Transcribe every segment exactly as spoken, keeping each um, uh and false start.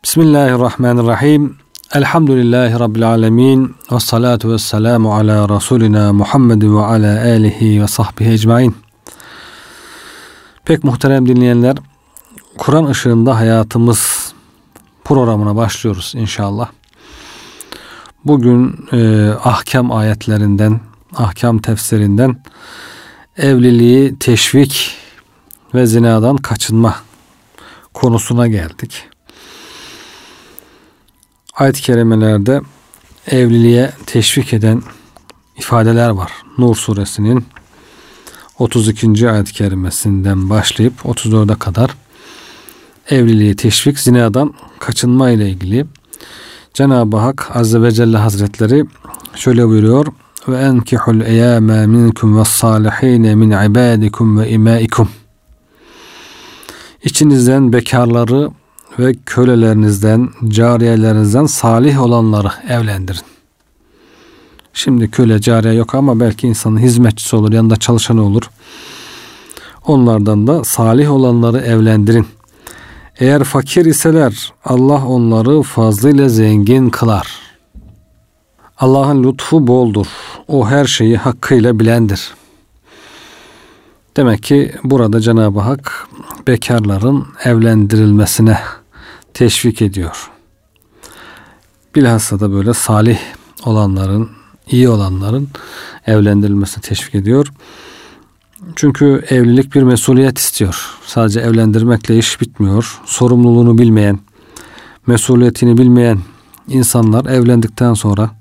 Bismillahirrahmanirrahim. Elhamdülillahi Rabbil alemin. Ve salatu ve selamu ala Resulina Muhammed ve ala alihi ve sahbihi ecmain. Pek muhterem dinleyenler, Kur'an ışığında hayatımız programına başlıyoruz inşallah. Bugün e, ahkam ayetlerinden, ahkam tefsirinden evliliği teşvik ve zinadan kaçınma konusuna geldik. Ayet-i kerimelerde evliliğe teşvik eden ifadeler var. Nur suresinin otuz ikinci ayet-i kerimesinden başlayıp otuz dörde kadar evliliğe teşvik, zinadan kaçınma ile ilgili Cenab-ı Hak Azze ve Celle Hazretleri şöyle buyuruyor: ve enkihul eyyâme minkum ve sâlihîne min ibâdikum ve imâikum. İçinizden bekarları ve kölelerinizden, cariyelerinizden salih olanları evlendirin. Şimdi köle, cariye yok ama belki insanın hizmetçisi olur, yanında çalışanı olur. Onlardan da salih olanları evlendirin. Eğer fakir iseler Allah onları fazlıyla zengin kılar. Allah'ın lütfu boldur. O her şeyi hakkıyla bilendir. Demek ki burada Cenab-ı Hak bekarların evlendirilmesine teşvik ediyor. Bilhassa da böyle salih olanların, iyi olanların evlendirilmesine teşvik ediyor. Çünkü evlilik bir mesuliyet istiyor. Sadece evlendirmekle iş bitmiyor. Sorumluluğunu bilmeyen, mesuliyetini bilmeyen insanlar evlendikten sonra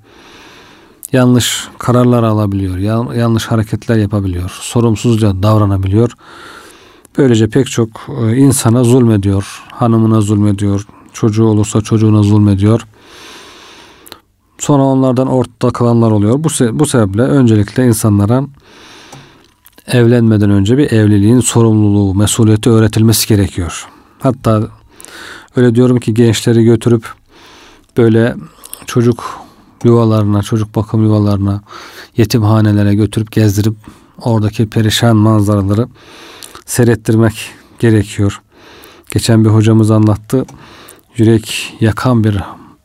yanlış kararlar alabiliyor, yanlış hareketler yapabiliyor, sorumsuzca davranabiliyor. Böylece pek çok insana zulmediyor, hanımına zulmediyor, çocuğu olursa çocuğuna zulmediyor. Sonra onlardan ortada kalanlar oluyor. Bu, se- bu sebeple öncelikle insanlara evlenmeden önce bir evliliğin sorumluluğu, mesuliyeti öğretilmesi gerekiyor. Hatta öyle diyorum ki gençleri götürüp böyle çocuk yuvalarına, çocuk bakım yuvalarına, yetimhanelere götürüp gezdirip oradaki perişan manzaraları seyrettirmek gerekiyor. Geçen bir hocamız anlattı. Yürek yakan bir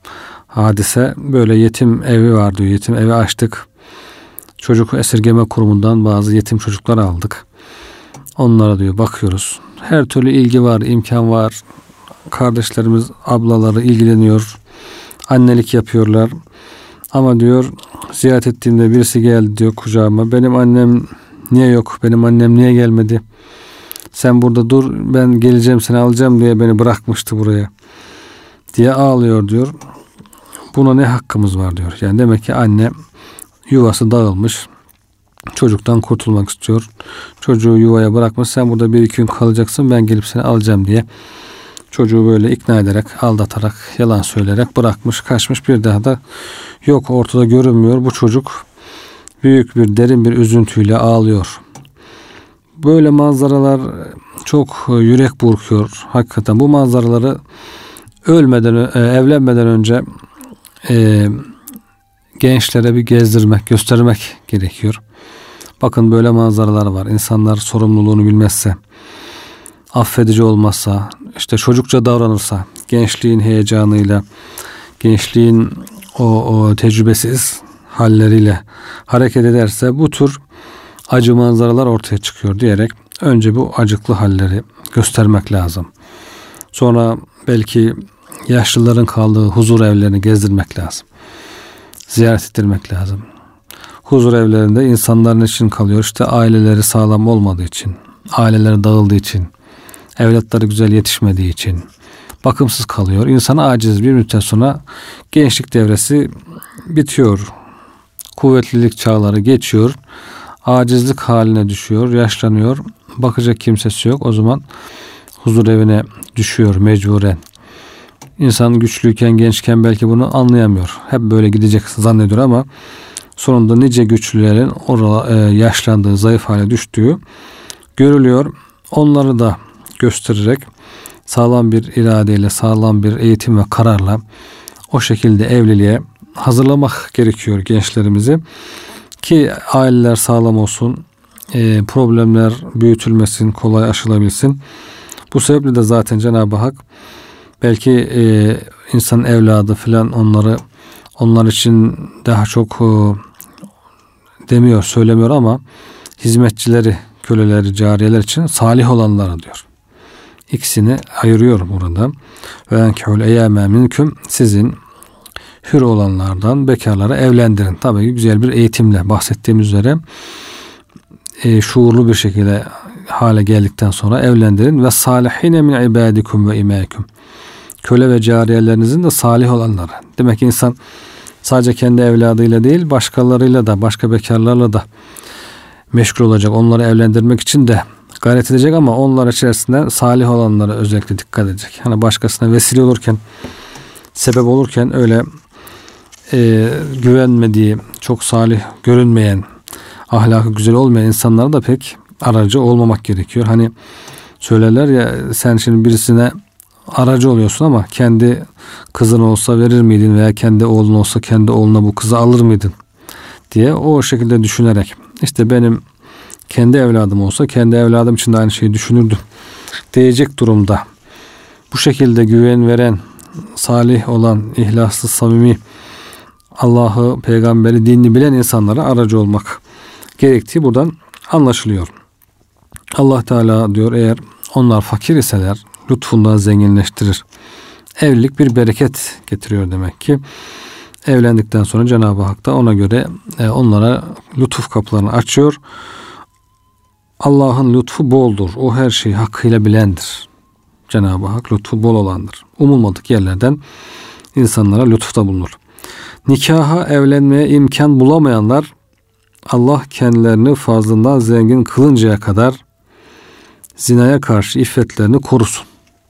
hadise. Böyle yetim evi var diyor. Yetim evi açtık. Çocuk esirgeme kurumundan bazı yetim çocuklar aldık. Onlara diyor bakıyoruz. Her türlü ilgi var, imkan var. Kardeşlerimiz, ablaları ilgileniyor. Annelik yapıyorlar. Ama diyor ziyaret ettiğimde birisi geldi diyor kucağıma. Benim annem niye yok? Benim annem niye gelmedi? Sen burada dur, ben geleceğim seni alacağım diye beni bırakmıştı buraya diye ağlıyor diyor. Buna ne hakkımız var diyor. Yani demek ki anne yuvası dağılmış. Çocuktan kurtulmak istiyor. Çocuğu yuvaya bırakmış. Sen burada bir iki gün kalacaksın, ben gelip seni alacağım diye. Çocuğu böyle ikna ederek, aldatarak, yalan söyleyerek bırakmış, kaçmış. Bir daha da yok, ortada görünmüyor. Bu çocuk büyük bir, derin bir üzüntüyle ağlıyor. Böyle manzaralar çok yürek burkuyor. Hakikaten bu manzaraları ölmeden, evlenmeden önce e, gençlere bir gezdirmek, göstermek gerekiyor. Bakın böyle manzaralar var. İnsanlar sorumluluğunu bilmezse, affedici olmazsa, işte çocukça davranırsa, gençliğin heyecanıyla, gençliğin o, o tecrübesiz halleriyle hareket ederse bu tür acı manzaralar ortaya çıkıyor diyerek önce bu acıklı halleri göstermek lazım. Sonra belki yaşlıların kaldığı huzur evlerini gezdirmek lazım. Ziyaret ettirmek lazım. Huzur evlerinde insanların için kalıyor. İşte aileleri sağlam olmadığı için, aileleri dağıldığı için, evlatları güzel yetişmediği için bakımsız kalıyor. İnsan aciz, bir müddet sonra gençlik devresi bitiyor. Kuvvetlilik çağları geçiyor. Acizlik haline düşüyor, yaşlanıyor. Bakacak kimsesi yok. O zaman huzur evine düşüyor mecburen. İnsan güçlüyken, gençken belki bunu anlayamıyor. Hep böyle gidecek zannediyor ama sonunda nice güçlülerin orada e, yaşlandığı, zayıf hale düştüğü görülüyor. Onları da göstererek sağlam bir iradeyle, sağlam bir eğitim ve kararla o şekilde evliliğe hazırlamak gerekiyor gençlerimizi. Ki aileler sağlam olsun, e, problemler büyütülmesin, kolay aşılabilsin. Bu sebeple de zaten Cenab-ı Hak belki e, insan evladı filan onları onlar için daha çok e, demiyor, söylemiyor ama hizmetçileri, köleleri, cariyeler için salih olanlara diyor. İkisini ayırıyor burada. Ve enkehul eyyâme minkum, sizin hür olanlardan bekarlara evlendirin. Tabii ki güzel bir eğitimle, bahsettiğimiz üzere e, şuurlu bir şekilde hale geldikten sonra evlendirin. Ve salihine min ibadikum ve imaikum, köle ve cariyelerinizin de salih olanları. Demek ki insan sadece kendi evladıyla değil, başkalarıyla da, başka bekarlarla da meşgul olacak. Onları evlendirmek için de gayret edecek ama onlar içerisinde salih olanlara özellikle dikkat edecek. Hani başkasına vesile olurken, sebep olurken öyle e, güvenmediği, çok salih görünmeyen, ahlakı güzel olmayan insanlara da pek aracı olmamak gerekiyor. Hani söylerler ya, sen şimdi birisine aracı oluyorsun ama kendi kızın olsa verir miydin veya kendi oğlun olsa kendi oğluna bu kızı alır mıydın diye o şekilde düşünerek, işte benim kendi evladım olsa kendi evladım için de aynı şeyi düşünürdüm diyecek durumda. Bu şekilde güven veren, salih olan, ihlaslı, samimi, Allah'ı, peygamberi, dinini bilen insanlara aracı olmak gerektiği buradan anlaşılıyor. Allah Teala diyor, eğer onlar fakir iseler lütfundan zenginleştirir. Evlilik bir bereket getiriyor demek ki. Evlendikten sonra Cenab-ı Hak da ona göre e, onlara lütuf kapılarını açıyor. Allah'ın lütfu boldur. O her şeyi hakkıyla bilendir. Cenab-ı Hak lütfu bol olandır. Umulmadık yerlerden insanlara lütufta bulunur. Nikaha, evlenmeye imkan bulamayanlar, Allah kendilerini fazlından zengin kılıncaya kadar zinaya karşı iffetlerini korusun.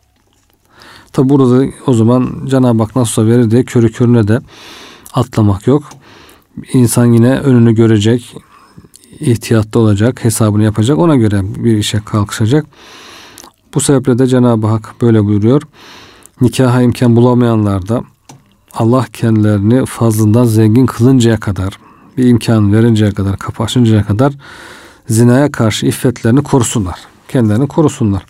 Tabi burada o zaman Cenab-ı Hak nasılsa verir diye körü körüne de atlamak yok. İnsan yine önünü görecek, ihtiyatlı olacak, hesabını yapacak, ona göre bir işe kalkışacak. Bu sebeple de Cenab-ı Hak böyle buyuruyor. Nikaha imkan bulamayanlar da Allah kendilerini fazlından zengin kılıncaya kadar, bir imkan verinceye kadar, kapı açıncaya kadar zinaya karşı iffetlerini korusunlar. Kendilerini korusunlar.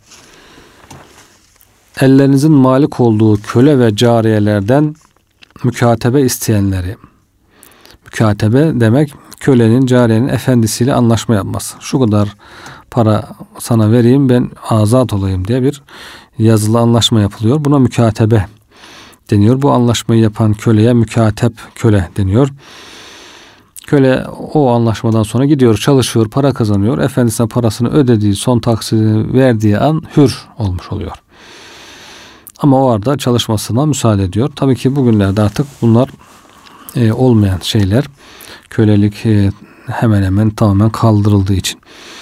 Ellerinizin malik olduğu köle ve cariyelerden mükatebe isteyenleri. Mükatebe demek kölenin, cariyenin efendisiyle anlaşma yapması. Şu kadar para sana vereyim, ben azat olayım diye bir yazılı anlaşma yapılıyor. Buna mükatebe deniyor. Bu anlaşmayı yapan köleye mükatep köle deniyor. Köle o anlaşmadan sonra gidiyor, çalışıyor, para kazanıyor. Efendisine parasını ödediği, son taksidini verdiği an hür olmuş oluyor. Ama o arada çalışmasına müsaade ediyor. Tabii ki bugünlerde artık bunlar e, olmayan şeyler. Kölelik e, hemen hemen tamamen kaldırıldığı için.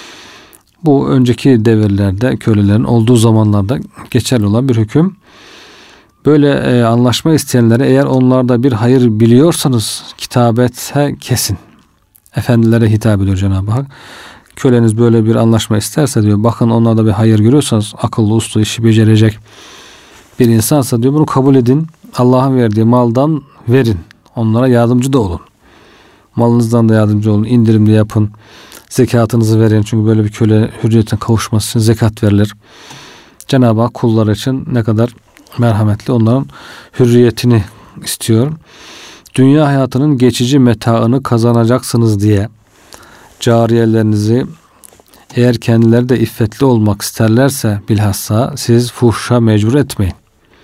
Bu önceki devirlerde kölelerin olduğu zamanlarda geçerli olan bir hüküm. Böyle e, anlaşma isteyenlere, eğer onlarda bir hayır biliyorsanız kitabete kesin. Efendilere hitap ediyor Cenab-ı Hak. Köleniz böyle bir anlaşma isterse diyor, bakın onlarda bir hayır görüyorsanız, akıllı, uslu, işi becerecek bir insansa diyor, bunu kabul edin. Allah'ın verdiği maldan verin. Onlara yardımcı da olun. Malınızdan da yardımcı olun. İndirimli yapın. Zekatınızı verin. Çünkü böyle bir köle hürriyetine kavuşması için zekat verilir. Cenab-ı Hak kullar için ne kadar merhametli, onların hürriyetini istiyor. Dünya hayatının geçici metaını kazanacaksınız diye cariyelerinizi, eğer kendileri de iffetli olmak isterlerse bilhassa, siz fuhşa mecbur etmeyin.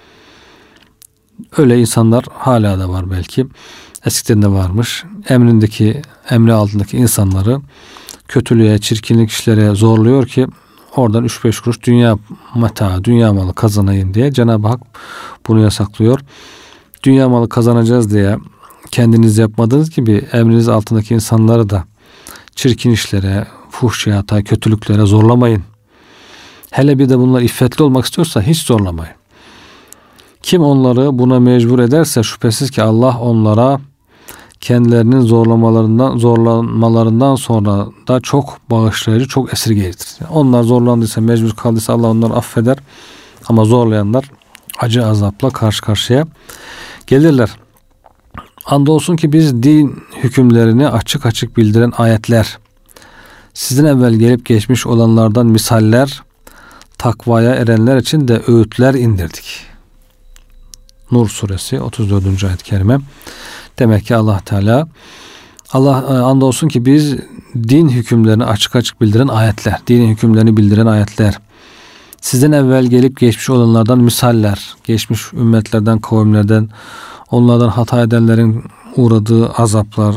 Öyle insanlar hala da var belki. Eskiden de varmış. Emrindeki, emri altındaki insanları kötülüğe, çirkinlik işlere zorluyor ki oradan üç beş kuruş dünya meta, dünya malı kazanayım diye Cenab-ı Hak bunu yasaklıyor. Dünya malı kazanacağız diye kendiniz yapmadığınız gibi emriniz altındaki insanları da çirkin işlere, fuhşiyata, kötülüklere zorlamayın. Hele bir de bunlar iffetli olmak istiyorsa hiç zorlamayın. Kim onları buna mecbur ederse şüphesiz ki Allah onlara kendilerinin zorlamalarından zorlanmalarından sonra da çok bağışlayıcı, çok esirgeyicidir. Yani onlar zorlandıysa, mecbur kaldıysa Allah onları affeder. Ama zorlayanlar acı azapla karşı karşıya gelirler. Andolsun ki biz din hükümlerini açık açık bildiren ayetler, sizin evvel gelip geçmiş olanlardan misaller, takvaya erenler için de öğütler indirdik. Nur suresi otuz dördüncü ayet-i kerime. Demek ki Allah Teala, Allah andolsun ki biz din hükümlerini açık açık bildiren ayetler, dinin hükümlerini bildiren ayetler, sizden evvel gelip geçmiş olanlardan misaller, geçmiş ümmetlerden, kavimlerden, onlardan hata edenlerin uğradığı azaplar,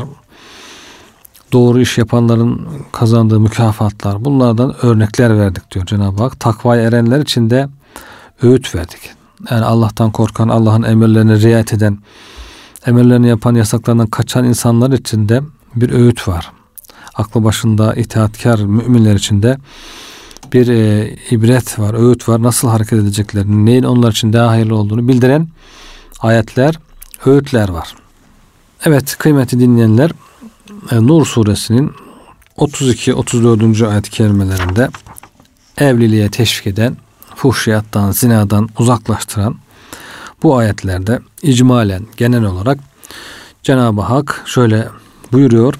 doğru iş yapanların kazandığı mükafatlar, bunlardan örnekler verdik diyor Cenab-ı Hak. Takvaya erenler için de öğüt verdik. Yani Allah'tan korkan, Allah'ın emirlerine riayet eden, emirlerini yapan, yasaklarından kaçan insanlar için de bir öğüt var. Aklı başında itaatkar müminler için de bir e, ibret var, öğüt var. Nasıl hareket edeceklerini, neyin onlar için daha hayırlı olduğunu bildiren ayetler, öğütler var. Evet kıymetli dinleyenler, e, Nur suresinin otuz iki otuz dördüncü ayet-i kerimelerinde evliliğe teşvik eden, fuhşiyattan, zinadan uzaklaştıran bu ayetlerde icmalen, genel olarak Cenab-ı Hak şöyle buyuruyor: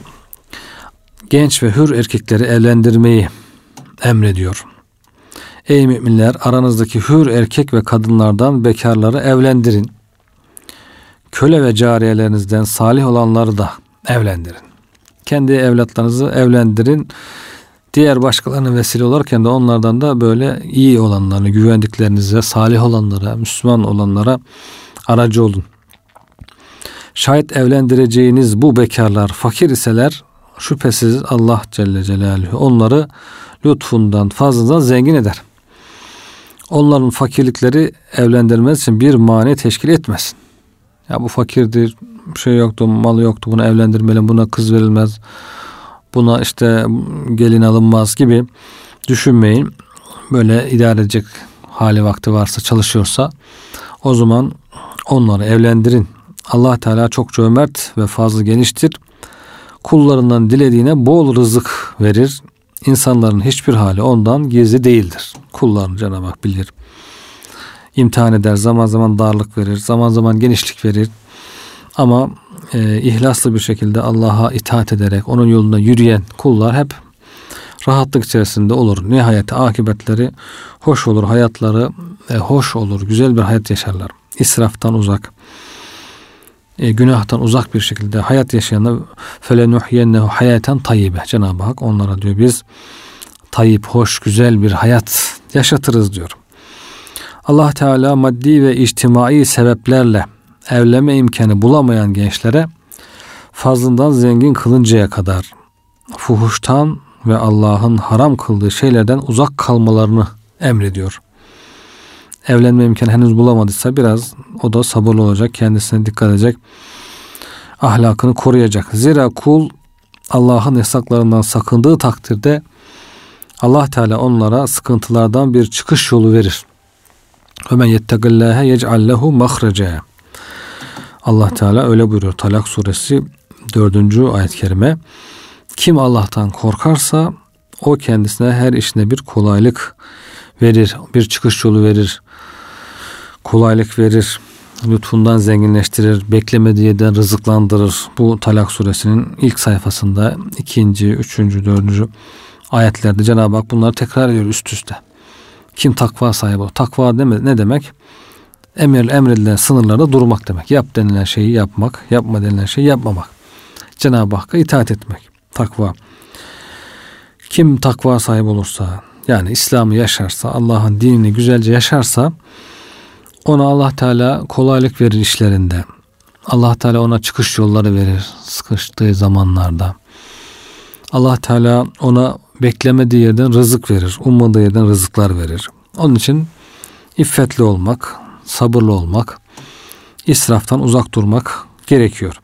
genç ve hür erkekleri evlendirmeyi emrediyor. Ey müminler, aranızdaki hür erkek ve kadınlardan bekarları evlendirin. Köle ve cariyelerinizden salih olanları da evlendirin. Kendi evlatlarınızı evlendirin. Diğer başkalarına vesile olurken de onlardan da böyle iyi olanlarına, güvendiklerinize, salih olanlara, Müslüman olanlara aracı olun. Şayet evlendireceğiniz bu bekarlar fakir iseler, şüphesiz Allah Celle Celaluhu onları lütfundan, fazlından zengin eder. Onların fakirlikleri evlendirmesi için bir mani teşkil etmesin. Ya bu fakirdir, bir şey yoktu, malı yoktu, buna evlendirmeli, buna kız verilmez, buna işte gelin alınmaz gibi düşünmeyin. Böyle idare edecek hali vakti varsa, çalışıyorsa o zaman onları evlendirin. Allah Teala çok cömert ve fazla geniştir. Kullarından dilediğine bol rızık verir. İnsanların hiçbir hali ondan gizli değildir. Kullarını Cenab-ı Hak bilir. İmtihan eder, zaman zaman darlık verir, zaman zaman genişlik verir. Ama e, ihlaslı bir şekilde Allah'a itaat ederek onun yolunda yürüyen kullar hep rahatlık içerisinde olur. Nihayet akıbetleri hoş olur, hayatları e, hoş olur, güzel bir hayat yaşarlar. İsraftan uzak, e, günahtan uzak bir şekilde hayat yaşayanlar felenuhyennehu hayaten tayyibe. Cenab-ı Hak onlara diyor biz tayyip, hoş, güzel bir hayat yaşatırız diyor. Allah Teala maddi ve içtimai sebeplerle evlenme imkanı bulamayan gençlere fazlından zengin kılıncaya kadar fuhuştan ve Allah'ın haram kıldığı şeylerden uzak kalmalarını emrediyor. Evlenme imkanı henüz bulamadıysa biraz o da sabırlı olacak, kendisine dikkat edecek, ahlakını koruyacak. Zira kul Allah'ın yasaklarından sakındığı takdirde Allah Teala onlara sıkıntılardan bir çıkış yolu verir. Ömen yettegillâhe yec'allehu mahreca. Allah Teala öyle buyuruyor. Talak suresi dördüncü ayet-i kerime. Kim Allah'tan korkarsa o kendisine her işine bir kolaylık verir, bir çıkış yolu verir, kolaylık verir, lütfundan zenginleştirir, beklemediği yerden rızıklandırır. Bu Talak suresinin ilk sayfasında ikinci, üçüncü, dördüncü ayetlerde Cenab-ı Hak bunları tekrar ediyor üst üste. Kim takva sahibi? Takva ne demek? Emir, emredilen sınırlarda durmak demek. Yap denilen şeyi yapmak, yapma denilen şeyi yapmamak. Cenab-ı Hakk'a itaat etmek. Takva. Kim takva sahibi olursa, yani İslam'ı yaşarsa, Allah'ın dinini güzelce yaşarsa, ona Allah Teala kolaylık verir işlerinde. Allah Teala ona çıkış yolları verir sıkıştığı zamanlarda. Allah Teala ona beklemediği yerden rızık verir, ummadığı yerden rızıklar verir. Onun için iffetli olmak, sabırlı olmak, israftan uzak durmak gerekiyor.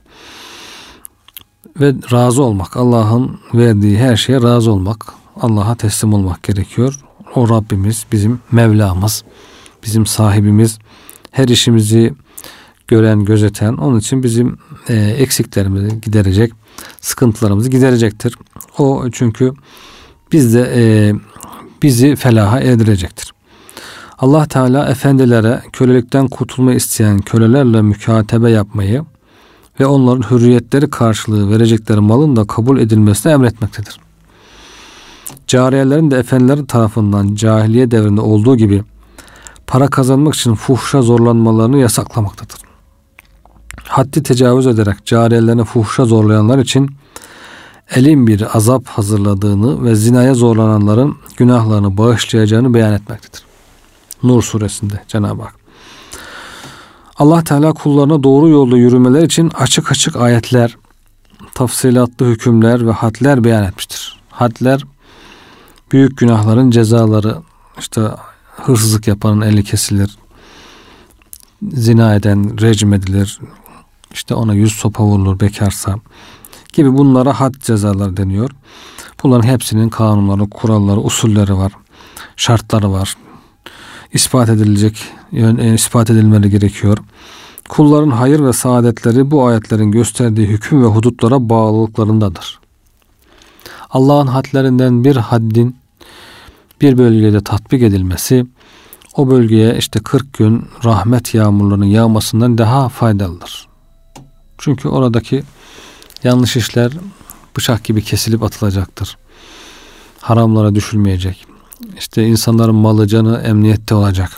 Ve razı olmak, Allah'ın verdiği her şeye razı olmak, Allah'a teslim olmak gerekiyor. O Rabbimiz, bizim Mevlamız, bizim sahibimiz, her işimizi gören, gözeten, onun için bizim e, eksiklerimizi giderecek, sıkıntılarımızı giderecektir. O çünkü biz de e, bizi felaha erdirecektir. Allah Teala efendilere kölelikten kurtulmayı isteyen kölelerle mükatebe yapmayı ve onların hürriyetleri karşılığı verecekleri malın da kabul edilmesini emretmektedir. Cariyelerin de efendileri tarafından cahiliye devrinde olduğu gibi para kazanmak için fuhşa zorlanmalarını yasaklamaktadır. Haddi tecavüz ederek cariyelerine fuhşa zorlayanlar için elin bir azap hazırladığını ve zinaya zorlananların günahlarını bağışlayacağını beyan etmektedir. Nur suresinde Cenab-ı Hak. Allah Teala kullarına doğru yolda yürümeler için açık açık ayetler, tafsilatlı hükümler ve hadler beyan etmiştir. Hadler, büyük günahların cezaları, işte hırsızlık yapanın eli kesilir, zina eden rejim edilir, işte ona yüz sopa vurulur bekarsa gibi bunlara had cezalar deniyor. Bunların hepsinin kanunları, kuralları, usulleri var, şartları var. İspat edilecek, yani ispat edilmeleri gerekiyor. Kulların hayır ve saadetleri bu ayetlerin gösterdiği hüküm ve hudutlara bağlılıklarındadır. Allah'ın hadlerinden bir haddin bir bölgede tatbik edilmesi, o bölgeye işte kırk gün rahmet yağmurlarının yağmasından daha faydalıdır. Çünkü oradaki yanlış işler bıçak gibi kesilip atılacaktır. Haramlara düşülmeyecek. İşte insanların malı, canı emniyette olacak.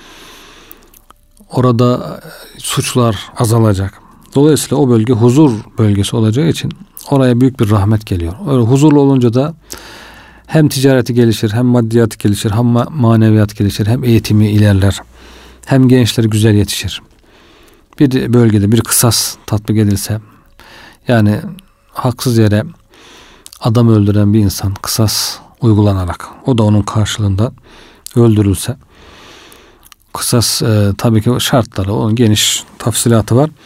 Orada suçlar azalacak. Dolayısıyla o bölge huzur bölgesi olacağı için oraya büyük bir rahmet geliyor. Öyle huzurlu olunca da hem ticareti gelişir, hem maddiyatı gelişir, hem maneviyat gelişir, hem eğitimi ilerler, hem gençler güzel yetişir. Bir bölgede bir kısas tatbik edilse, yani haksız yere adam öldüren bir insan kısas uygulanarak, o da onun karşılığında öldürülse, kısas e, tabii ki şartları, onun geniş tafsilatı var.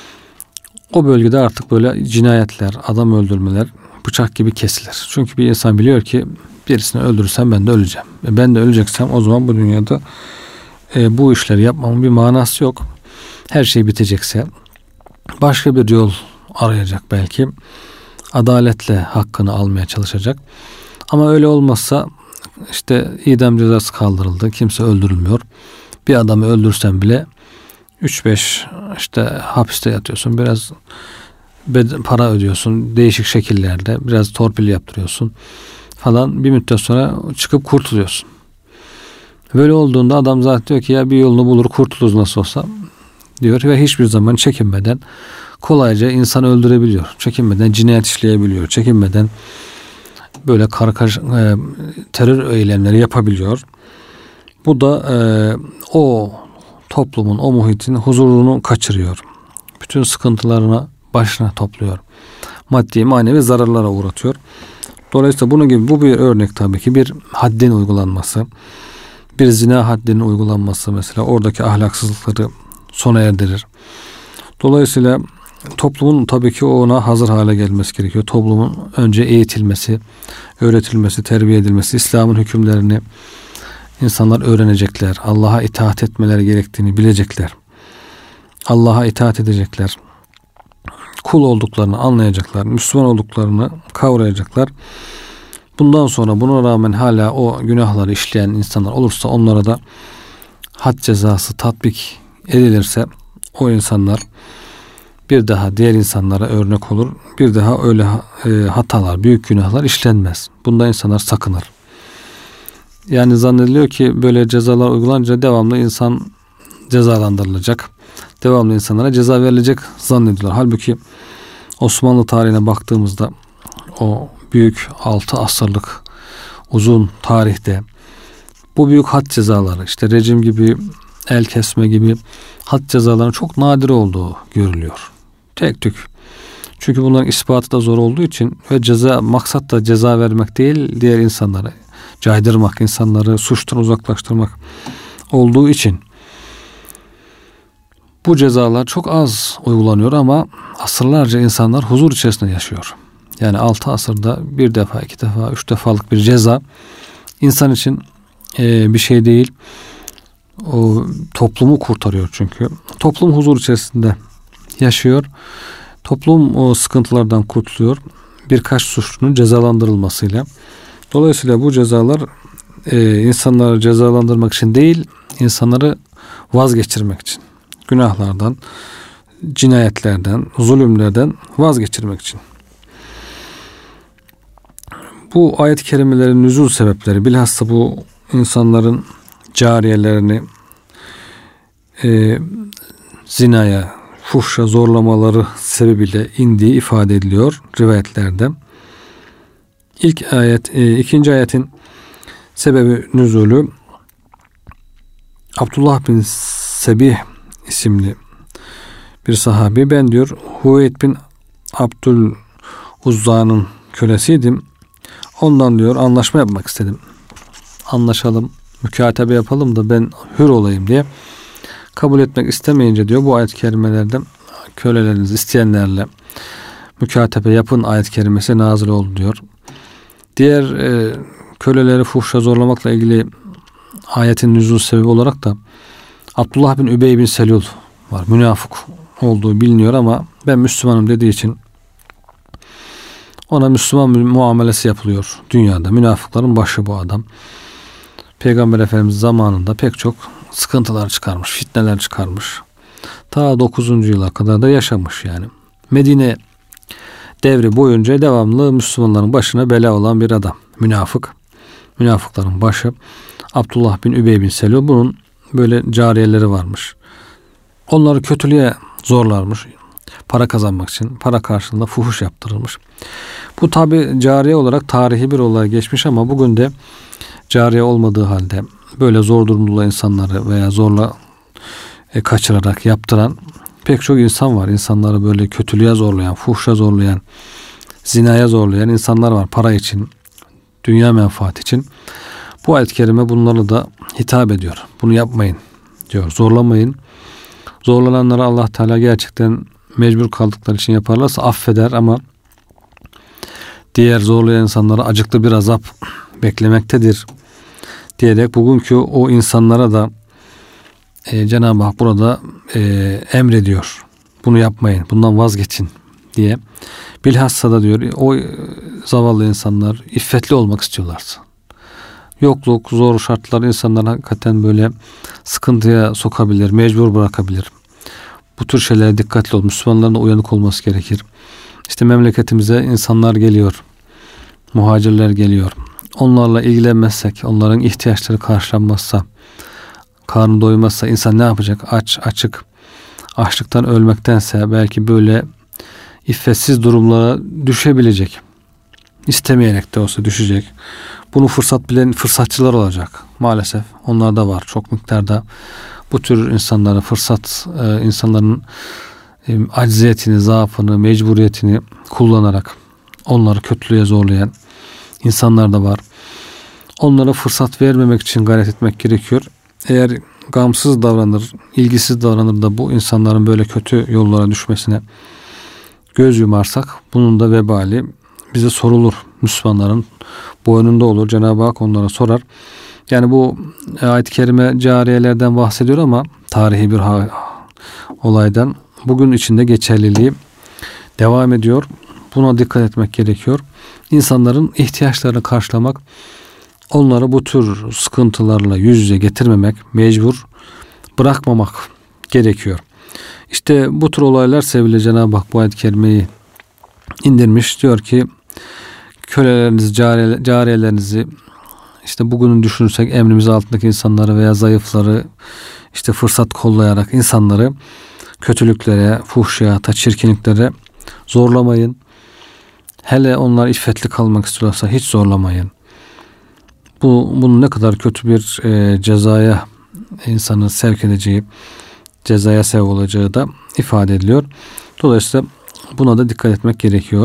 O bölgede artık böyle cinayetler, adam öldürmeler bıçak gibi kesilir. Çünkü bir insan biliyor ki birisini öldürürsem ben de öleceğim. Ve ben de öleceksem o zaman bu dünyada e, bu işleri yapmamın bir manası yok. Her şey bitecekse başka bir yol arayacak belki. Adaletle hakkını almaya çalışacak. Ama öyle olmazsa işte idam cezası kaldırıldı. Kimse öldürülmüyor. Bir adamı öldürsen bile üç beş işte hapiste yatıyorsun. Biraz para ödüyorsun. Değişik şekillerde. Biraz torpil yaptırıyorsun falan. Bir müddet sonra çıkıp kurtuluyorsun. Böyle olduğunda adam zaten diyor ki ya bir yolunu bulur kurtuluruz nasıl olsa diyor ve hiçbir zaman çekinmeden kolayca insanı öldürebiliyor. Çekinmeden cinayet işleyebiliyor. Çekinmeden böyle karkaş e, terör eylemleri yapabiliyor. Bu da e, o toplumun, o muhitin huzurunu kaçırıyor. Bütün sıkıntılarını başına topluyor. Maddi manevi zararlara uğratıyor. Dolayısıyla bunun gibi bu bir örnek tabii ki bir haddin uygulanması. Bir zina haddinin uygulanması mesela oradaki ahlaksızlıkları sona erdirir. Dolayısıyla toplumun tabii ki ona hazır hale gelmesi gerekiyor. Toplumun önce eğitilmesi, öğretilmesi, terbiye edilmesi, İslam'ın hükümlerini insanlar öğrenecekler. Allah'a itaat etmeleri gerektiğini bilecekler. Allah'a itaat edecekler. Kul olduklarını anlayacaklar. Müslüman olduklarını kavrayacaklar. Bundan sonra buna rağmen hala o günahları işleyen insanlar olursa onlara da had cezası tatbik edilirse o insanlar bir daha diğer insanlara örnek olur. Bir daha öyle e, hatalar, büyük günahlar işlenmez. Bundan insanlar sakınır. Yani zannediliyor ki böyle cezalar uygulanınca devamlı insan cezalandırılacak. Devamlı insanlara ceza verilecek zannediyorlar. Halbuki Osmanlı tarihine baktığımızda o büyük altı asırlık uzun tarihte bu büyük had cezaları işte rejim gibi, el kesme gibi had cezalarının çok nadir olduğu görülüyor. Tek tük. Çünkü bunların ispatı da zor olduğu için ve ceza maksat da ceza vermek değil, diğer insanları caydırmak, insanları suçtan uzaklaştırmak olduğu için bu cezalar çok az uygulanıyor ama asırlarca insanlar huzur içerisinde yaşıyor. Yani altı asırda bir defa, iki defa, üç defalık bir ceza insan için e, bir şey değil. O toplumu kurtarıyor çünkü. Toplum huzur içerisinde yaşıyor. Toplum o sıkıntılardan kurtuluyor. Birkaç suçlunun cezalandırılmasıyla. Dolayısıyla bu cezalar e, insanları cezalandırmak için değil, insanları vazgeçirmek için. Günahlardan, cinayetlerden, zulümlerden vazgeçirmek için. Bu ayet-i kerimelerin nüzul sebepleri bilhassa bu insanların cariyelerini e, zinaya, fuhşa zorlamaları sebebiyle indiği ifade ediliyor rivayetlerde. İlk ayet, e, ikinci ayetin sebebi nüzulü Abdullah bin Sebih isimli bir sahabi, ben diyor Hüveyd bin Abdül Uzza'nın kölesiydim. Ondan diyor anlaşma yapmak istedim. Anlaşalım, mükatebe yapalım da ben hür olayım diye. Kabul etmek istemeyince diyor bu ayet-i kerimelerde köleleriniz isteyenlerle mükatebe yapın ayet-i kerimesi nazil oldu diyor. Diğer e, köleleri fuhşa zorlamakla ilgili ayetin nüzul sebebi olarak da Abdullah bin Übey bin Selul var. Münafık olduğu biliniyor ama ben Müslümanım dediği için ona Müslüman muamelesi yapılıyor dünyada. Münafıkların başı bu adam. Peygamber Efendimiz zamanında pek çok sıkıntılar çıkarmış, fitneler çıkarmış. Ta dokuzuncu yıla kadar da yaşamış yani. Medine devri boyunca devamlı Müslümanların başına bela olan bir adam. Münafık. Münafıkların başı Abdullah bin Übey bin Selul. Bunun böyle cariyeleri varmış. Onları kötülüğe zorlarmış. Para kazanmak için. Para karşılığında fuhuş yaptırılmış. Bu tabi cariye olarak tarihi bir olay geçmiş ama bugün de cariye olmadığı halde böyle zor durumda insanları veya zorla e, kaçırarak yaptıran pek çok insan var. İnsanları böyle kötülüğe zorlayan, fuhşa zorlayan, zinaya zorlayan insanlar var para için, dünya menfaati için. Bu ayet-i kerime bunları da hitap ediyor. Bunu yapmayın diyor. Zorlamayın. Zorlananlara Allah Teala gerçekten mecbur kaldıkları için yaparlarsa affeder ama diğer zorlayan insanlara acıklı bir azap beklemektedir diyerek bugünkü o insanlara da e, Cenab-ı Hak burada e, emrediyor. Bunu yapmayın, bundan vazgeçin diye. Bilhassa da diyor o zavallı insanlar iffetli olmak istiyorlarsa. Yokluk, zor şartlar insanları hakikaten böyle sıkıntıya sokabilir, mecbur bırakabilir. Bu tür şeylere dikkatli ol. Müslümanların da uyanık olması gerekir. İşte memleketimize insanlar geliyor. Muhacirler geliyor. Onlarla ilgilenmezsek, onların ihtiyaçları karşılanmazsa, karnı doymazsa insan ne yapacak? Aç, açık, açlıktan ölmektense belki böyle iffetsiz durumlara düşebilecek. İstemeyerek de olsa düşecek. Bunu fırsat bilen fırsatçılar olacak. Maalesef onlar da var. Çok miktarda bu tür insanlara fırsat, e, insanların e, acziyetini, zaafını, mecburiyetini kullanarak onları kötülüğe zorlayan insanlar da var. Onlara fırsat vermemek için gayret etmek gerekiyor. Eğer gamsız davranır, ilgisiz davranır da bu insanların böyle kötü yollara düşmesine göz yumarsak bunun da vebali bize sorulur. Müslümanların boynunda olur. Cenab-ı Hak onlara sorar. Yani bu ayet-i kerime cariyelerden bahsediyor ama tarihi bir ha- olaydan bugün içinde geçerliliği devam ediyor. Buna dikkat etmek gerekiyor. İnsanların ihtiyaçlarını karşılamak, onları bu tür sıkıntılarla yüz yüze getirmemek, mecbur bırakmamak gerekiyor. İşte bu tür olaylar sebebiyle Cenab-ı Hak bu ayet-i kerimeyi indirmiş. Diyor ki kölelerinizi, cariye, cariyelerinizi işte bugünün düşünürsek emrimiz altındaki insanları veya zayıfları işte fırsat kollayarak insanları kötülüklere, fuhşiyata, çirkinliklere zorlamayın. Hele onlar iffetli kalmak istiyorsa hiç zorlamayın. Bu bunun ne kadar kötü bir e, cezaya insanı sevk edeceği, cezaya sevk olacağı da ifade ediliyor. Dolayısıyla buna da dikkat etmek gerekiyor.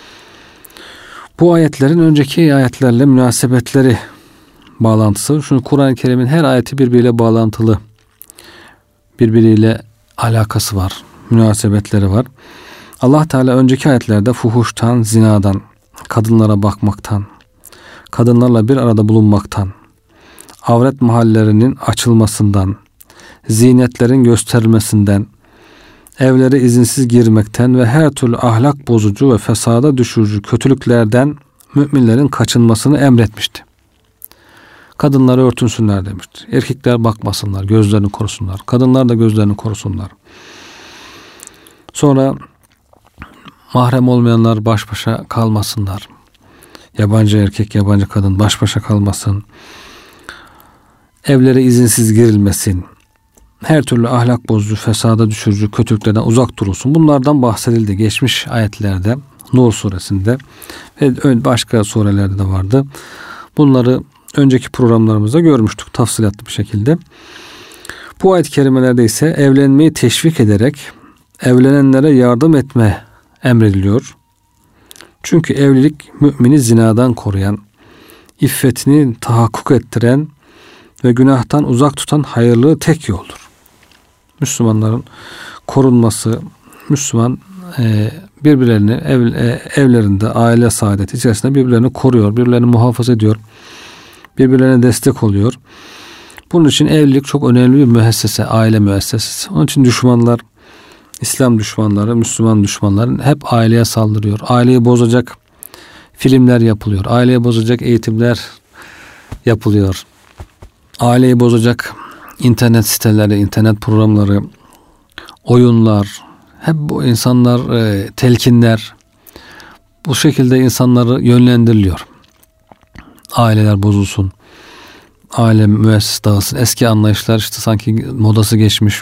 Bu ayetlerin önceki ayetlerle münasebetleri, bağlantısı. Şunu Kur'an-ı Kerim'in her ayeti birbiriyle bağlantılı. Birbiriyle alakası var. Münasebetleri var. Allah Teala önceki ayetlerde fuhuştan, zinadan, kadınlara bakmaktan, kadınlarla bir arada bulunmaktan, avret mahallerinin açılmasından, zinetlerin gösterilmesinden, evlere izinsiz girmekten ve her türlü ahlak bozucu ve fesada düşürücü kötülüklerden müminlerin kaçınmasını emretmişti. Kadınları örtünsünler demişti. Erkekler bakmasınlar, gözlerini korusunlar. Kadınlar da gözlerini korusunlar. Sonra mahrem olmayanlar baş başa kalmasınlar. Yabancı erkek, yabancı kadın baş başa kalmasın. Evlere izinsiz girilmesin. her türlü ahlak bozucu, fesada düşürücü kötülüklerden uzak durulsun. Bunlardan bahsedildi geçmiş ayetlerde, Nur suresinde ve başka surelerde de vardı. Bunları önceki programlarımızda görmüştük tafsilatlı bir şekilde. Bu ayet-i kerimelerde ise evlenmeyi teşvik ederek evlenenlere yardım etme emrediliyor. Çünkü evlilik mümini zinadan koruyan, iffetini tahakkuk ettiren ve günahtan uzak tutan hayırlı tek yoldur. Müslümanların korunması, Müslüman e, birbirlerini ev, e, evlerinde, aile saadeti içerisinde birbirlerini koruyor, birbirlerini muhafaza ediyor, birbirlerine destek oluyor. Bunun için evlilik çok önemli bir müessese, aile müessesesi. Onun için düşmanlar, İslam düşmanları, Müslüman düşmanları hep aileye saldırıyor. Aileyi bozacak filmler yapılıyor. Aileyi bozacak eğitimler yapılıyor. Aileyi bozacak internet siteleri, internet programları, oyunlar, hep bu insanlar, e, telkinler, bu şekilde insanları yönlendiriliyor. Aileler bozulsun, aile müesses dağılsın, eski anlayışlar işte sanki modası geçmiş,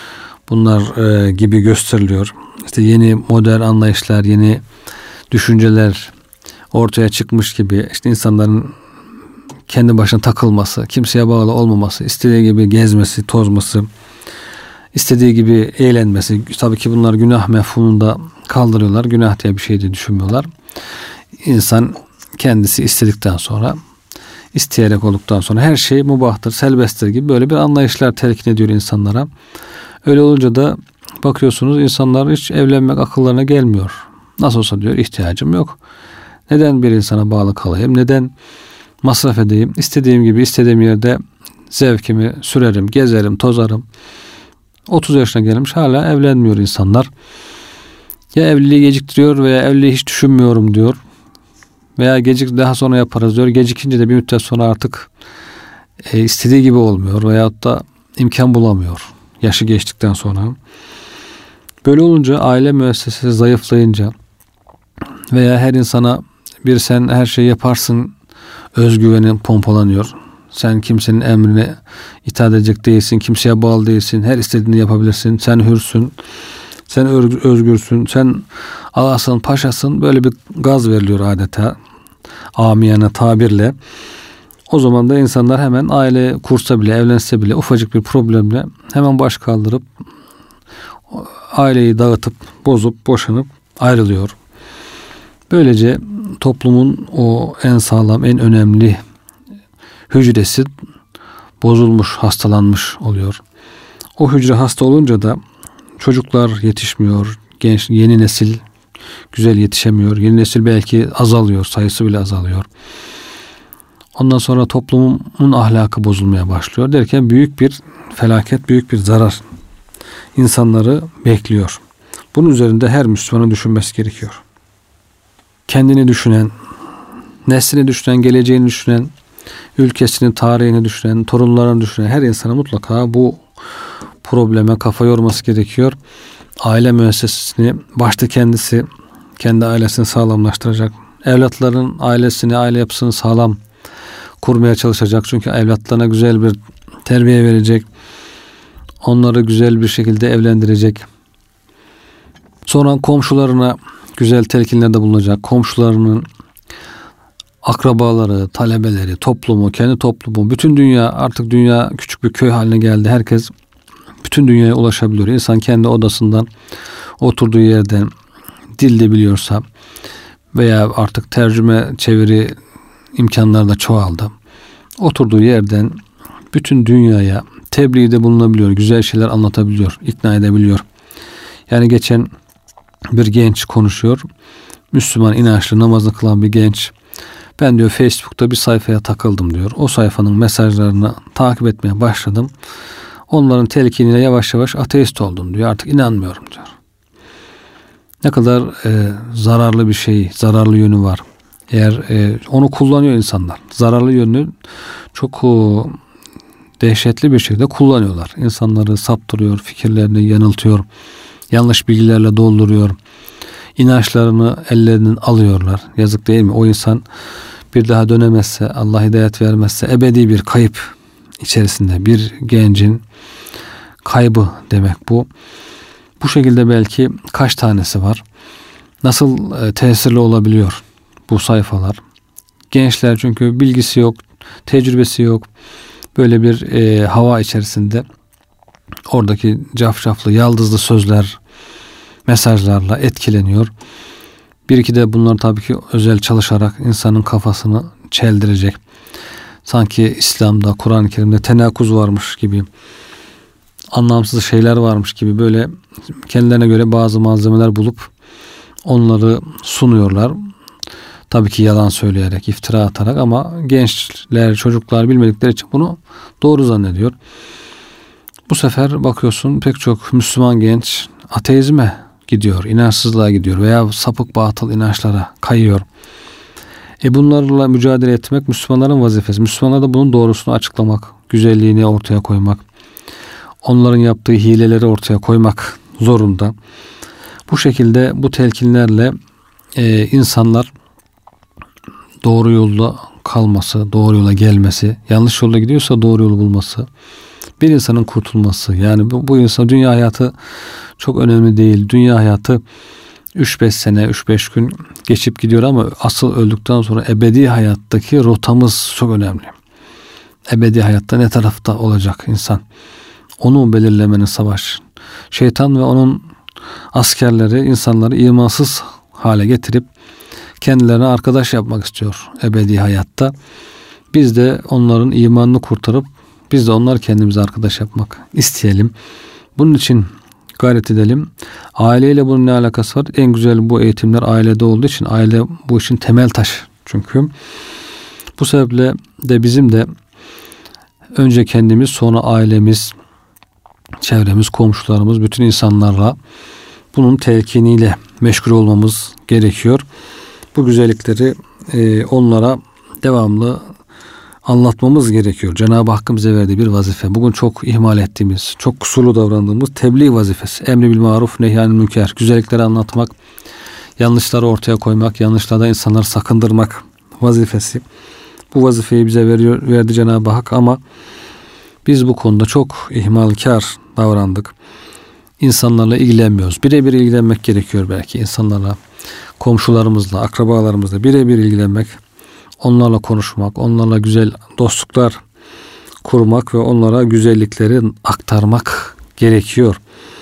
bunlar e, gibi gösteriliyor. İşte yeni modern anlayışlar, yeni düşünceler ortaya çıkmış gibi, işte insanların kendi başına takılması, kimseye bağlı olmaması, istediği gibi gezmesi, tozması, istediği gibi eğlenmesi. Tabii ki bunlar günah mefhumunda kaldırıyorlar. Günah diye bir şey de düşünmüyorlar. İnsan kendisi istedikten sonra, isteyerek olduktan sonra her şey mubahtır, selbesttir gibi böyle bir anlayışlar telkin ediyor insanlara. Öyle olunca da bakıyorsunuz insanlar hiç evlenmek akıllarına gelmiyor. Nasıl olsa diyor ihtiyacım yok. Neden bir insana bağlı kalayım? Neden masraf edeyim? İstediğim gibi istediğim yerde zevkimi sürerim, gezerim, tozarım. otuz yaşına gelmiş hala evlenmiyor insanlar. Ya evliliği geciktiriyor veya evliliği hiç düşünmüyorum diyor. Veya gecik daha sonra yaparız diyor. Gecikince de bir müddet sonra artık e, istediği gibi olmuyor veyahut da imkan bulamıyor yaşı geçtikten sonra. Böyle olunca aile müessesesi zayıflayınca veya her insana bir sen her şeyi yaparsın özgüvenin pompalanıyor. Sen kimsenin emrine itaat edecek değilsin, kimseye bağlı değilsin, her istediğini yapabilirsin, sen hürsün, sen özgürsün, sen ağasın, paşasın, böyle bir gaz veriliyor adeta amiyane tabirle. O zaman da insanlar hemen aile kursa bile, evlense bile ufacık bir problemle hemen baş kaldırıp aileyi dağıtıp, bozup, boşanıp ayrılıyor. Böylece toplumun o en sağlam, en önemli hücresi bozulmuş, hastalanmış oluyor. O hücre hasta olunca da çocuklar yetişmiyor, genç, yeni nesil güzel yetişemiyor. Yeni nesil belki azalıyor, sayısı bile azalıyor. Ondan sonra toplumun ahlakı bozulmaya başlıyor derken büyük bir felaket, büyük bir zarar insanları bekliyor. Bunun üzerinde her Müslümanın düşünmesi gerekiyor. Kendini düşünen, neslini düşünen, geleceğini düşünen, ülkesini, tarihini düşünen, torunlarını düşünen her insana mutlaka bu probleme kafa yorması gerekiyor. Aile müessesesini başta kendisi, kendi ailesini sağlamlaştıracak. Evlatların ailesini, aile yapısını sağlam kurmaya çalışacak. Çünkü evlatlarına güzel bir terbiye verecek. Onları güzel bir şekilde evlendirecek. Sonra komşularına güzel telkinlerde bulunacak. Komşularının akrabaları, talebeleri, toplumu, kendi toplumu, bütün dünya, artık dünya küçük bir köy haline geldi. Herkes bütün dünyaya ulaşabiliyor. İnsan kendi odasından, oturduğu yerden dil de biliyorsa veya artık tercüme, çeviri imkanları da çoğaldı. Oturduğu yerden bütün dünyaya tebliğde bulunabiliyor. Güzel şeyler anlatabiliyor, ikna edebiliyor. Yani geçen bir genç konuşuyor. Müslüman, inançlı, namazını kılan bir genç. Ben diyor Facebook'ta bir sayfaya takıldım diyor. O sayfanın mesajlarını takip etmeye başladım. Onların telkiniyle yavaş yavaş ateist oldum diyor. Artık inanmıyorum diyor. Ne kadar e, zararlı bir şey, zararlı yönü var. Eğer e, onu kullanıyor insanlar. Zararlı yönünü çok o, dehşetli bir şekilde kullanıyorlar. İnsanları saptırıyor, fikirlerini yanıltıyor. Yanlış bilgilerle dolduruyor. İnançlarını ellerinden alıyorlar. Yazık değil mi? O insan bir daha dönemezse, Allah hidayet vermezse ebedi bir kayıp içerisinde bir gencin kaybı demek bu. Bu şekilde belki kaç tanesi var? Nasıl e, tesirli olabiliyor bu sayfalar? Gençler çünkü bilgisi yok, tecrübesi yok. Böyle bir e, hava içerisinde oradaki cafcaflı, yaldızlı sözler, mesajlarla etkileniyor. Bir iki de bunlar tabii ki özel çalışarak insanın kafasını çeldirecek. Sanki İslam'da, Kur'an-ı Kerim'de tenakuz varmış gibi, anlamsız şeyler varmış gibi böyle kendilerine göre bazı malzemeler bulup onları sunuyorlar. Tabii ki yalan söyleyerek, iftira atarak, ama gençler, çocuklar bilmedikleri için bunu doğru zannediyor. Bu sefer bakıyorsun pek çok Müslüman genç ateizme gidiyor, inançsızlığa gidiyor veya sapık batıl inançlara kayıyor. E bunlarla mücadele etmek Müslümanların vazifesi. Müslümanlar da bunun doğrusunu açıklamak, güzelliğini ortaya koymak, onların yaptığı hileleri ortaya koymak zorunda. Bu şekilde bu telkinlerle e, insanlar doğru yolda kalması, doğru yola gelmesi, yanlış yolda gidiyorsa doğru yolu bulması, bir insanın kurtulması. Yani bu, bu insan dünya hayatı çok önemli değil. Dünya hayatı üç beş sene, üç beş gün geçip gidiyor ama asıl öldükten sonra ebedi hayattaki rotamız çok önemli. Ebedi hayatta ne tarafta olacak insan? Onu belirlemenin savaş. Şeytan ve onun askerleri insanları imansız hale getirip kendilerine arkadaş yapmak istiyor ebedi hayatta. Biz de onların imanını kurtarıp biz de onlar kendimize arkadaş yapmak isteyelim. Bunun için gayret edelim. Aileyle bunun ne alakası var? En güzel bu eğitimler ailede olduğu için, aile bu işin temel taşı. Çünkü bu sebeple de bizim de önce kendimiz, sonra ailemiz, çevremiz, komşularımız, bütün insanlarla bunun telkiniyle meşgul olmamız gerekiyor. Bu güzellikleri e, onlara devamlı anlatmamız gerekiyor. Cenab-ı Hakk'ın bize verdiği bir vazife. Bugün çok ihmal ettiğimiz, çok kusurlu davrandığımız tebliğ vazifesi. Emri bil maruf, nehyanil münker. Güzellikleri anlatmak, yanlışları ortaya koymak, yanlışlardan insanları sakındırmak vazifesi. Bu vazifeyi bize veriyor, verdi Cenab-ı Hak ama biz bu konuda çok ihmalkar davrandık. İnsanlarla ilgilenmiyoruz. Birebir ilgilenmek gerekiyor belki insanlarla, komşularımızla, akrabalarımızla birebir ilgilenmek, onlarla konuşmak, onlarla güzel dostluklar kurmak ve onlara güzellikleri aktarmak gerekiyor.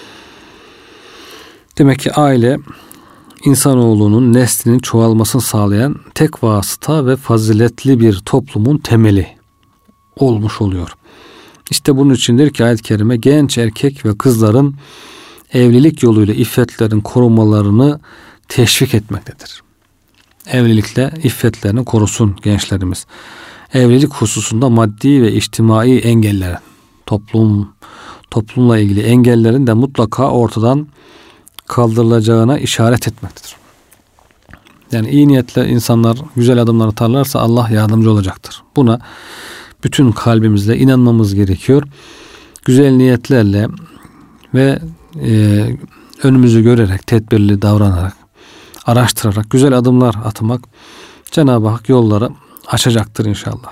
Demek ki aile insanoğlunun neslinin çoğalmasını sağlayan tek vasıta ve faziletli bir toplumun temeli olmuş oluyor. İşte bunun içindir ki ayet-i kerime genç erkek ve kızların evlilik yoluyla iffetlerin korunmalarını teşvik etmektedir. Evlilikle iffetlerini korusun gençlerimiz. Evlilik hususunda maddi ve içtimai engeller, toplum toplumla ilgili engellerin de mutlaka ortadan kaldırılacağına işaret etmektedir. Yani iyi niyetle insanlar güzel adımlar atarlarsa Allah yardımcı olacaktır. Buna bütün kalbimizle inanmamız gerekiyor. Güzel niyetlerle ve e, önümüzü görerek, tedbirli davranarak, araştırarak, güzel adımlar atmak Cenab-ı Hak yolları açacaktır inşallah.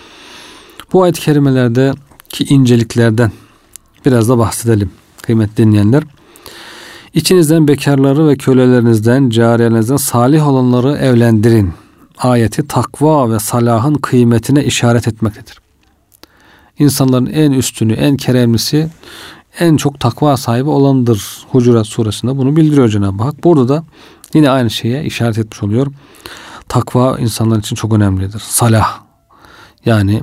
Bu ayet-i kerimelerdeki inceliklerden biraz da bahsedelim kıymetli dinleyenler. İçinizden bekarları ve kölelerinizden, cariyelerinizden salih olanları evlendirin. Ayeti takva ve salahın kıymetine işaret etmektedir. İnsanların en üstünü, en keremlisi, en çok takva sahibi olandır. Hucurat suresinde bunu bildiriyor Cenab-ı Hak. Burada da yine aynı şeye işaret etmiş oluyor. Takva insanlar için çok önemlidir. Salah, yani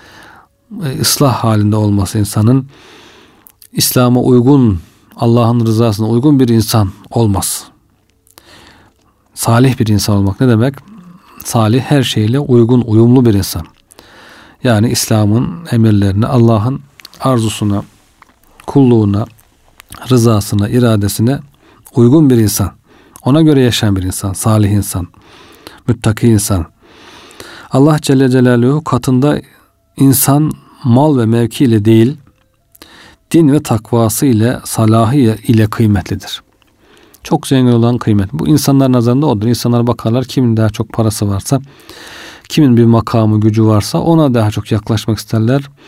ıslah halinde olması, insanın İslam'a uygun, Allah'ın rızasına uygun bir insan olmaz. Salih bir insan olmak ne demek? Salih, her şeyle uygun, uyumlu bir insan. Yani İslam'ın emirlerine, Allah'ın arzusuna, kulluğuna, rızasına, iradesine uygun bir insan. Ona göre yaşayan bir insan, salih insan, müttaki insan. Allah Celle Celaluhu katında insan mal ve mevki ile değil, din ve takvası ile, salahı ile kıymetlidir. Çok zengin olan kıymet. Bu insanlar nazarında odur. İnsanlar bakarlar, kimin daha çok parası varsa, kimin bir makamı, gücü varsa ona daha çok yaklaşmak isterler.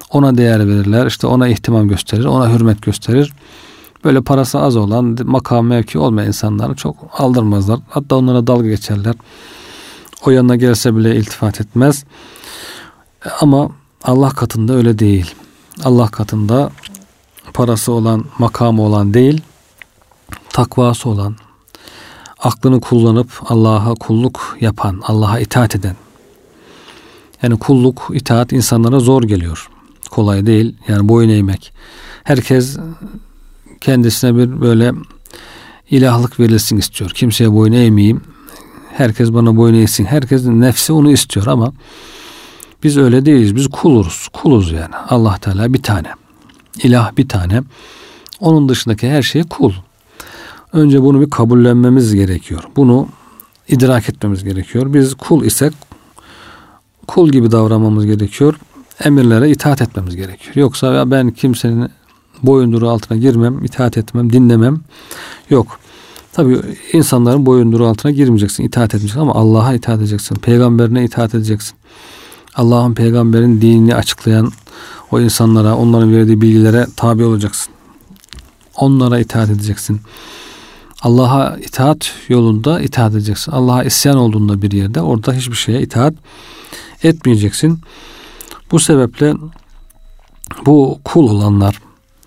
Ona değer verirler. İşte ona ihtimam gösterir. Ona hürmet gösterir. Böyle parası az olan, makam mevki olmayan insanları çok aldırmazlar. Hatta onlara dalga geçerler. O yanına gelse bile iltifat etmez. Ama Allah katında öyle değil. Allah katında parası olan, makamı olan değil, takvası olan, aklını kullanıp Allah'a kulluk yapan, Allah'a itaat eden. Yani kulluk, itaat insanlara zor geliyor. Kolay değil. Yani boyun eğmek. Herkes kendisine bir böyle ilahlık verilsin istiyor. Kimseye boyun eğmeyeyim. Herkes bana boyun eğsin. Herkesin nefsi onu istiyor ama biz öyle değiliz. Biz kuluruz. Kuluz yani. Allah Teala bir tane. İlah bir tane. Onun dışındaki her şey kul. Önce bunu bir kabullenmemiz gerekiyor. Bunu idrak etmemiz gerekiyor. Biz kul isek kul gibi davranmamız gerekiyor. Emirlere itaat etmemiz gerekiyor. Yoksa ya ben kimsenin boyunduruğu altına girmem, itaat etmem, dinlemem. Yok. Tabii insanların boyunduruğu altına girmeyeceksin, itaat edeceksin ama Allah'a itaat edeceksin. Peygamberine itaat edeceksin. Allah'ın peygamberin dinini açıklayan o insanlara, onların verdiği bilgilere tabi olacaksın. Onlara itaat edeceksin. Allah'a itaat yolunda itaat edeceksin. Allah'a isyan olduğunda bir yerde orada hiçbir şeye itaat etmeyeceksin. Bu sebeple bu kul olanlar,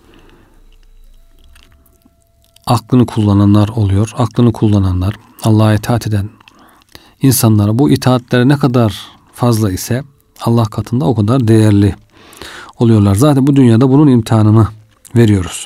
aklını kullananlar oluyor. Aklını kullananlar, Allah'a itaat eden insanlara bu itaatleri ne kadar fazla ise Allah katında o kadar değerli oluyorlar. Zaten bu dünyada bunun imtihanını veriyoruz.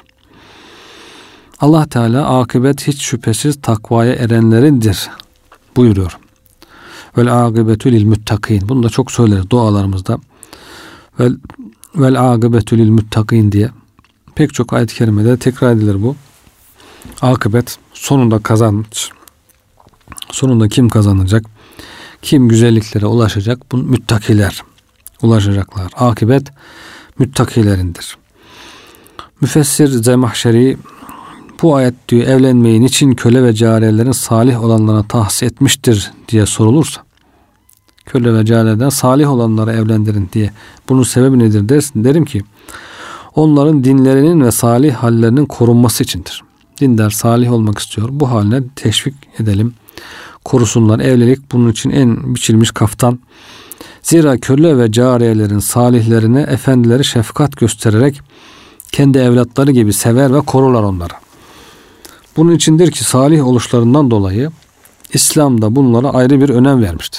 Allah Teala akıbet hiç şüphesiz takvaya erenlerindir buyuruyor. Vel akıbetü lil muttakin. Bunu da çok söyleriz dualarımızda. Vel vel akıbetü lil muttakin diye pek çok ayet-i kerimede tekrar edilir bu. Akıbet sonunda kazanç. Sonunda kim kazanacak? Kim güzelliklere ulaşacak? Bu müttakiler ulaşacaklar. Akıbet müttakilerindir. Müfessir Zemahşeri bu ayet diyor evlenmeyi niçin köle ve cariyelerin salih olanlara tahsis etmiştir diye sorulursa, köle ve cariyelerden salih olanlara evlendirin diye bunun sebebi nedir dersin, derim ki onların dinlerinin ve salih hallerinin korunması içindir. Dindar salih olmak istiyor. Bu haline teşvik edelim. Korusunlar. Evlilik bunun için en biçilmiş kaftan. Zira köle ve cariyelerin salihlerine efendileri şefkat göstererek kendi evlatları gibi sever ve korurlar onları. Bunun içindir ki salih oluşlarından dolayı İslam'da bunlara ayrı bir önem vermiştir.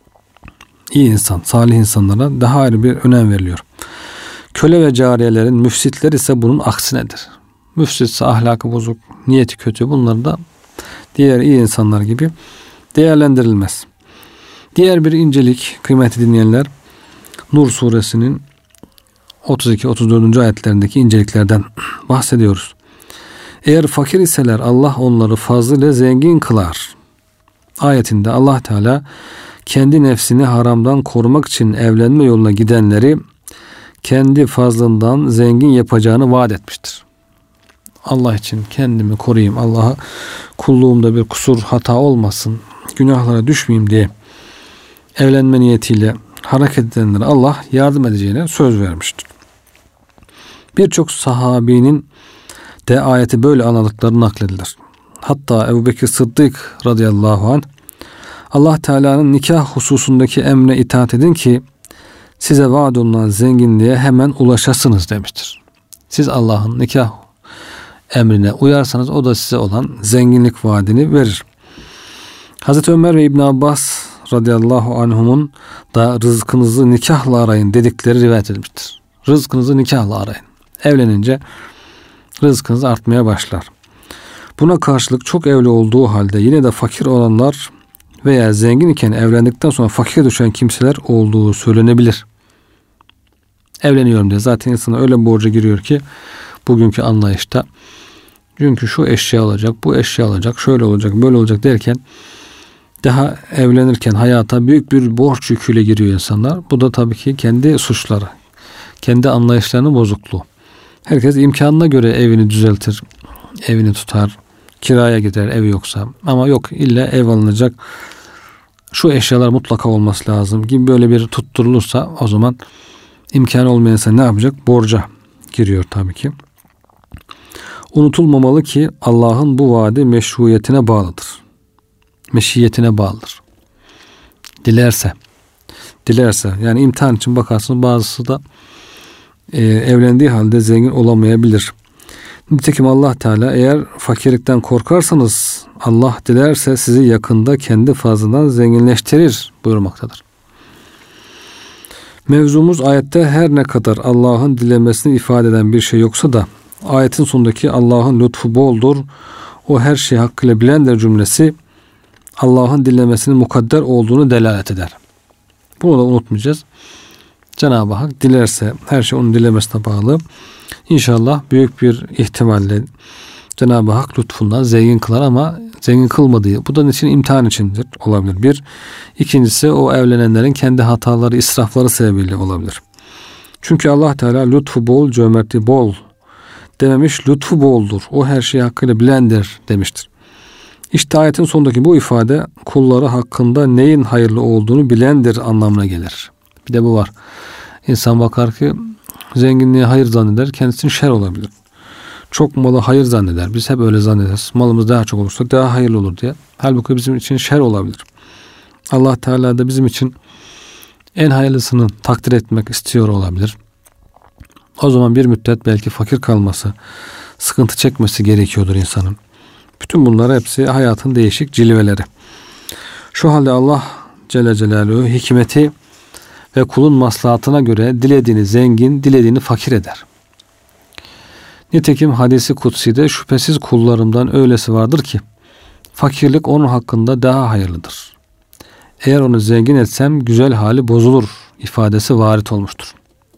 İyi insan, salih insanlara daha ayrı bir önem veriliyor. Köle ve cariyelerin müfsitler ise bunun aksinedir. Müfsitse ahlakı bozuk, niyeti kötü, bunlar da diğer iyi insanlar gibi değerlendirilmez. Diğer bir incelik kıymetli dinleyenler, Nur suresinin otuz iki otuz dördüncü ayetlerindeki inceliklerden bahsediyoruz. Eğer fakir iseler Allah onları fazlıyla zengin kılar. Ayetinde Allah Teala kendi nefsini haramdan korumak için evlenme yoluna gidenleri kendi fazlından zengin yapacağını vaat etmiştir. Allah için kendimi koruyayım, Allah'a kulluğumda bir kusur, hata olmasın, günahlara düşmeyeyim diye evlenme niyetiyle hareket edenlere Allah yardım edeceğine söz vermiştir. Birçok sahabinin de ayeti böyle anladıkları nakledilir. Hatta Ebubekir Sıddık radıyallahu anh Allah Teala'nın nikah hususundaki emrine itaat edin ki size vaat olunan zenginliğe hemen ulaşasınız demiştir. Siz Allah'ın nikah emrine uyarsanız o da size olan zenginlik vaadini verir. Hazreti Ömer ve İbn Abbas radıyallahu anhumun da rızkınızı nikahla arayın dedikleri rivayet edilmiştir. Rızkınızı nikahla arayın. Evlenince rızkınız artmaya başlar. Buna karşılık çok evli olduğu halde yine de fakir olanlar veya zengin iken evlendikten sonra fakir düşen kimseler olduğu söylenebilir. Evleniyorum diye zaten insana öyle bir borca giriyor ki bugünkü anlayışta, çünkü şu eşya alacak, bu eşya alacak, şöyle olacak, böyle olacak derken daha evlenirken hayata büyük bir borç yüküyle giriyor insanlar. Bu da tabii ki kendi suçları, kendi anlayışlarının bozukluğu. Herkes imkanına göre evini düzeltir, evini tutar, kiraya gider ev yoksa. Ama yok illa ev alınacak, şu eşyalar mutlaka olması lazım gibi böyle bir tutturulursa o zaman İmkanı olmayan insan ne yapacak? Borca giriyor tabii ki. Unutulmamalı ki Allah'ın bu vaadi meşruiyetine bağlıdır. Meşiyetine bağlıdır. Dilerse, dilerse yani imtihan için bakarsın bazısı da e, evlendiği halde zengin olamayabilir. Nitekim Allah Teala eğer fakirlikten korkarsanız Allah dilerse sizi yakında kendi fazlından zenginleştirir buyurmaktadır. Mevzumuz ayette her ne kadar Allah'ın dilemesini ifade eden bir şey yoksa da ayetin sonundaki Allah'ın lütfu boldur, o her şeyi hakkıyla bilendir cümlesi Allah'ın dilemesinin mukadder olduğunu delalet eder. Bunu da unutmayacağız. Cenab-ı Hak dilerse her şey onun dilemesine bağlı. İnşallah büyük bir ihtimalle Cenab-ı Hak lütfundan zengin kılar ama zengin kılmadığı bu da için imtihan içindir olabilir. Bir. İkincisi o evlenenlerin kendi hataları, israfları sebebiyle olabilir. Çünkü Allah Teala lütfu bol, cömertliği bol dememiş, lütfu boldur. O her şeyi hakkıyla bilendir demiştir. İşte ayetin sonundaki bu ifade kulları hakkında neyin hayırlı olduğunu bilendir anlamına gelir. Bir de bu var. İnsan bakar ki zenginliği hayır zanneder, kendisinin şer olabilir. Çok malı hayır zanneder. Biz hep öyle zannederiz. Malımız daha çok olursa daha hayırlı olur diye. Halbuki bizim için şer olabilir. Allah Teala da bizim için en hayırlısını takdir etmek istiyor olabilir. O zaman bir müddet belki fakir kalması, sıkıntı çekmesi gerekiyordur insanın. Bütün bunlar hepsi hayatın değişik cilveleri. Şu halde Allah Celle Celaluhu hikmeti ve kulun maslahatına göre dilediğini zengin, dilediğini fakir eder. Nitekim hadisi kutsi'de şüphesiz kullarımdan öylesi vardır ki fakirlik onun hakkında daha hayırlıdır. Eğer onu zengin etsem güzel hali bozulur ifadesi varit olmuştur.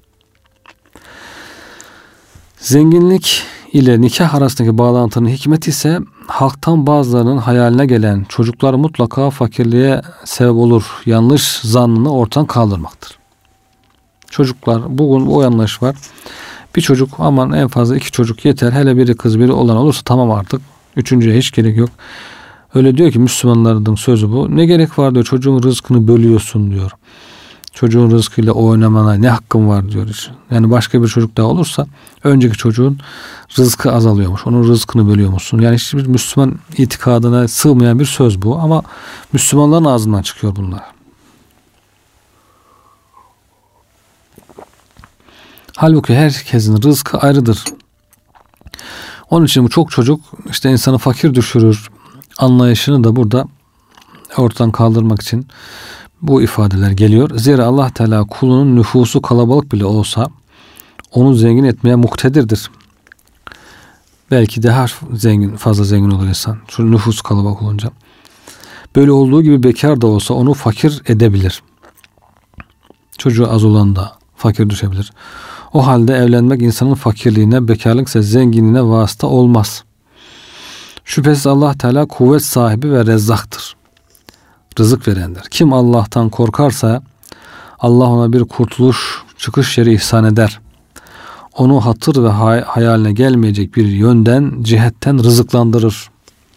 Zenginlik ile nikah arasındaki bağlantının hikmeti ise halktan bazılarının hayaline gelen çocuklar mutlaka fakirliğe sebep olur yanlış zannını ortadan kaldırmaktır. Çocuklar bugün o yanlış var. Bir çocuk aman en fazla iki çocuk yeter. Hele biri kız biri oğlan olursa tamam artık. Üçüncüye hiç gerek yok. Öyle diyor ki Müslümanların sözü bu. Ne gerek var diyor, çocuğun rızkını bölüyorsun diyor. Çocuğun rızkıyla oynamana ne hakkın var diyor. Yani başka bir çocuk daha olursa önceki çocuğun rızkı azalıyormuş. Onun rızkını bölüyor musun? Yani hiçbir Müslüman itikadına sığmayan bir söz bu. Ama Müslümanların ağzından çıkıyor bunlar. Halbuki herkesin rızkı ayrıdır. Onun için bu çok çocuk işte insanı fakir düşürür anlayışını da burada ortadan kaldırmak için bu ifadeler geliyor. Zira Allah Teala kulunun nüfusu kalabalık bile olsa onu zengin etmeye muktedirdir. Belki daha zengin, fazla zengin olur insan. Şu nüfus kalabalık olunca. Böyle olduğu gibi bekar da olsa onu fakir edebilir. Çocuğu az olan da fakir düşebilir. O halde evlenmek insanın fakirliğine, bekarlık ise zenginliğine vasıta olmaz. Şüphesiz Allah Teala kuvvet sahibi ve rezzaktır. Rızık verendir. Kim Allah'tan korkarsa Allah ona bir kurtuluş, çıkış yeri ihsan eder. Onu hatır ve hay- hayaline gelmeyecek bir yönden, cihetten rızıklandırır.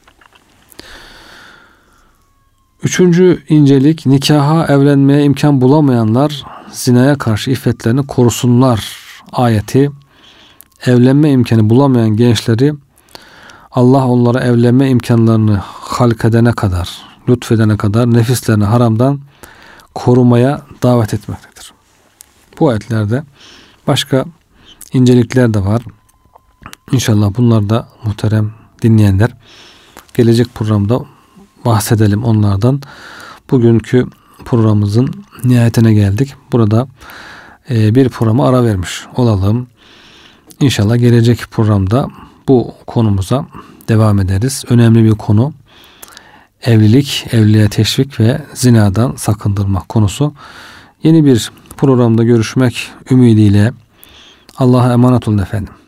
Üçüncü incelik, nikaha evlenmeye imkan bulamayanlar zinaya karşı iffetlerini korusunlar ayeti. Evlenme imkanı bulamayan gençleri Allah onlara evlenme imkanlarını halk edene kadar, lütfedene kadar nefislerini haramdan korumaya davet etmektedir. Bu ayetlerde başka incelikler de var. İnşallah bunlar da muhterem dinleyenler gelecek programda bahsedelim onlardan. Bugünkü programımızın nihayetine geldik. Burada e, bir programa ara vermiş olalım. İnşallah gelecek programda bu konumuza devam ederiz. Önemli bir konu. Evlilik, evliliğe teşvik ve zinadan sakındırmak konusu. Yeni bir programda görüşmek ümidiyle Allah'a emanet olun efendim.